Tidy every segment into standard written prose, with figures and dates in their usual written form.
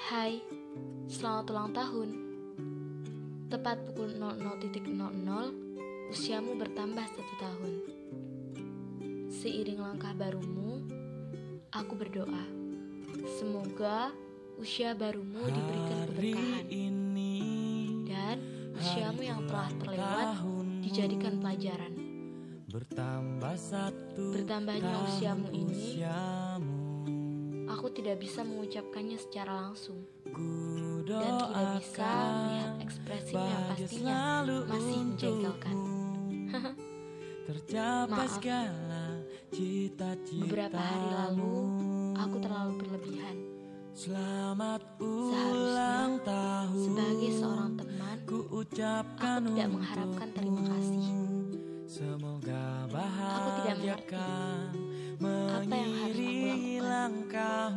Hai, selamat ulang tahun. Tepat pukul 00.00, usiamu bertambah 1 tahun. Seiring langkah barumu, aku berdoa, semoga usia barumu diberikan keberkahan, dan usiamu yang telah terlewat dijadikan pelajaran. Bertambahnya usiamu ini, aku tidak bisa mengucapkannya secara langsung, dan tidak bisa melihat ekspresimu yang pastinya masih menjengkelkan. Maaf, beberapa hari lalu aku terlalu berlebihan. Seharusnya sebagai seorang teman, aku tidak mengharapkan terima kasih. Aku tidak mengerti apa yang harus aku lakukan.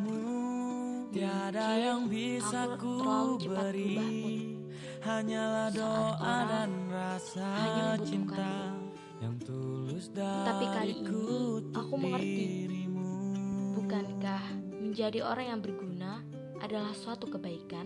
Mungkin aku terlalu cepat berubah mood saat orang hanya membutuhkanku. Tapi kali ini aku mengerti. Bukankah menjadi orang yang berguna adalah suatu kebaikan?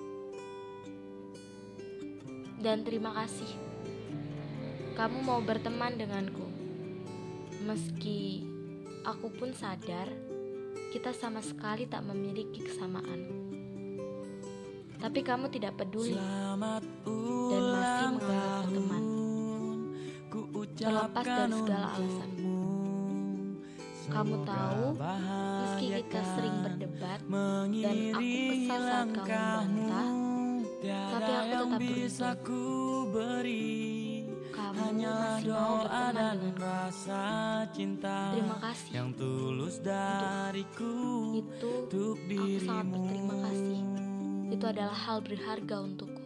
Dan terima kasih, kamu mau berteman denganku. Meski aku pun sadar kita sama sekali tak memiliki kesamaan. Tapi kamu tidak peduli dan masih menganggapku teman. Terlepas dari segala alasanmu, kamu tahu, meski kita sering berdebat dan aku kesal saat kamu membantah, tapi aku tetap beruntung. Kamu masih mau berteman denganku. Terima kasih. Untuk itu, aku sangat berterima kasih. Itu adalah hal berharga untukku.